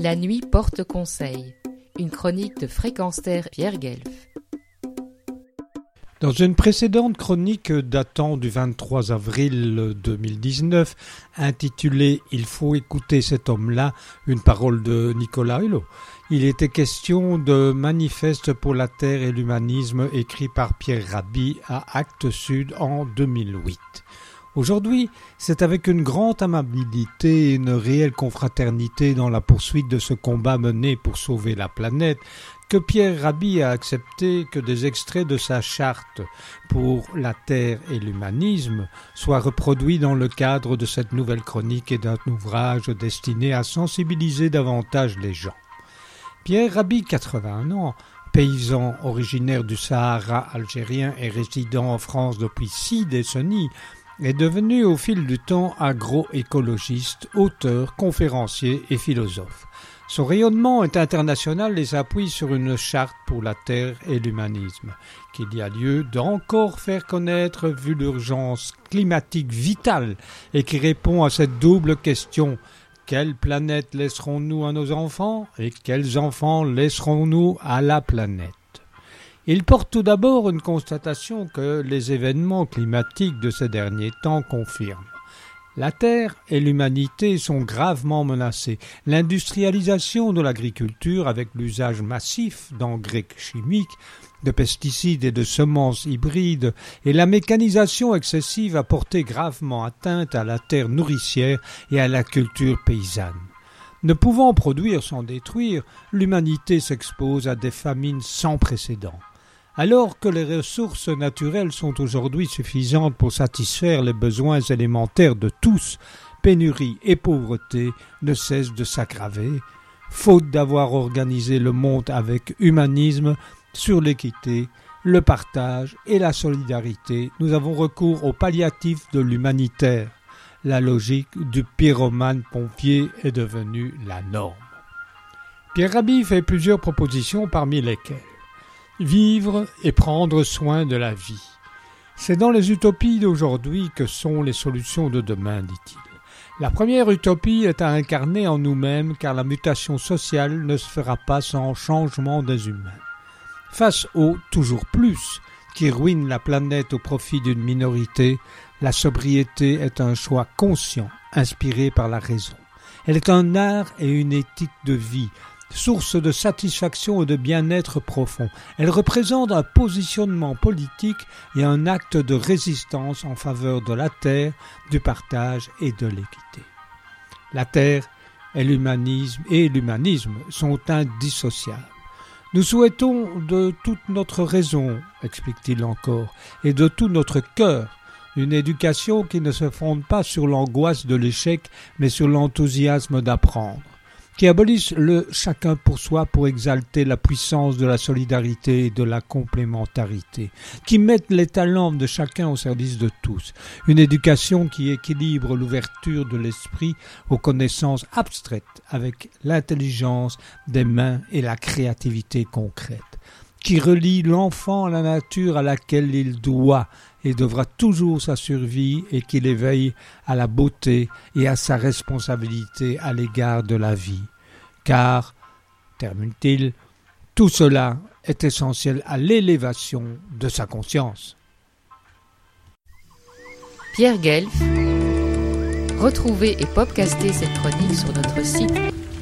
La nuit porte conseil. Une chronique de Fréquence Terre Pierre Guelf. Dans une précédente chronique datant du 23 avril 2019, intitulée « Il faut écouter cet homme-là », une parole de Nicolas Hulot, il était question de Manifeste pour la Terre et l'Humanisme écrit par Pierre Rabhi à Actes Sud en 2008. Aujourd'hui, c'est avec une grande amabilité et une réelle confraternité dans la poursuite de ce combat mené pour sauver la planète que Pierre Rabhi a accepté que des extraits de sa charte pour la Terre et l'Humanisme soient reproduits dans le cadre de cette nouvelle chronique et d'un ouvrage destiné à sensibiliser davantage les gens. Pierre Rabhi, 81 ans, paysan originaire du Sahara algérien et résident en France depuis 6 décennies, est devenu au fil du temps agroécologiste, auteur, conférencier et philosophe. Son rayonnement est international et s'appuie sur une charte pour la Terre et l'humanisme, qu'il y a lieu d'encore faire connaître vu l'urgence climatique vitale et qui répond à cette double question: quelle planète laisserons-nous à nos enfants et quels enfants laisserons-nous à la planète? Il porte tout d'abord une constatation que les événements climatiques de ces derniers temps confirment. La Terre et l'humanité sont gravement menacées. L'industrialisation de l'agriculture avec l'usage massif d'engrais chimiques, de pesticides et de semences hybrides et la mécanisation excessive a porté gravement atteinte à la terre nourricière et à la culture paysanne. Ne pouvant produire sans détruire, l'humanité s'expose à des famines sans précédent. Alors que les ressources naturelles sont aujourd'hui suffisantes pour satisfaire les besoins élémentaires de tous, pénurie et pauvreté ne cessent de s'aggraver. Faute d'avoir organisé le monde avec humanisme, sur l'équité, le partage et la solidarité, nous avons recours au palliatif de l'humanitaire. La logique du pyromane pompier est devenue la norme. Pierre Rabhi fait plusieurs propositions parmi lesquelles vivre et prendre soin de la vie. C'est dans les utopies d'aujourd'hui que sont les solutions de demain, dit-il. La première utopie est à incarner en nous-mêmes car la mutation sociale ne se fera pas sans changement des humains. Face au « toujours plus » qui ruine la planète au profit d'une minorité, la sobriété est un choix conscient, inspiré par la raison. Elle est un art et une éthique de vie, source de satisfaction et de bien-être profond. Elle représente un positionnement politique et un acte de résistance en faveur de la terre, du partage et de l'équité. La terre et l'humanisme sont indissociables. Nous souhaitons de toute notre raison, explique-t-il encore, et de tout notre cœur, une éducation qui ne se fonde pas sur l'angoisse de l'échec, mais sur l'enthousiasme d'apprendre, qui abolisse le chacun pour soi pour exalter la puissance de la solidarité et de la complémentarité, qui mette les talents de chacun au service de tous, une éducation qui équilibre l'ouverture de l'esprit aux connaissances abstraites avec l'intelligence des mains et la créativité concrète, qui relie l'enfant à la nature à laquelle il doit et devra toujours sa survie et qui l'éveille à la beauté et à sa responsabilité à l'égard de la vie. Car, termine-t-il, tout cela est essentiel à l'élévation de sa conscience. Pierre Guelf. Retrouvez et podcastez cette chronique sur notre site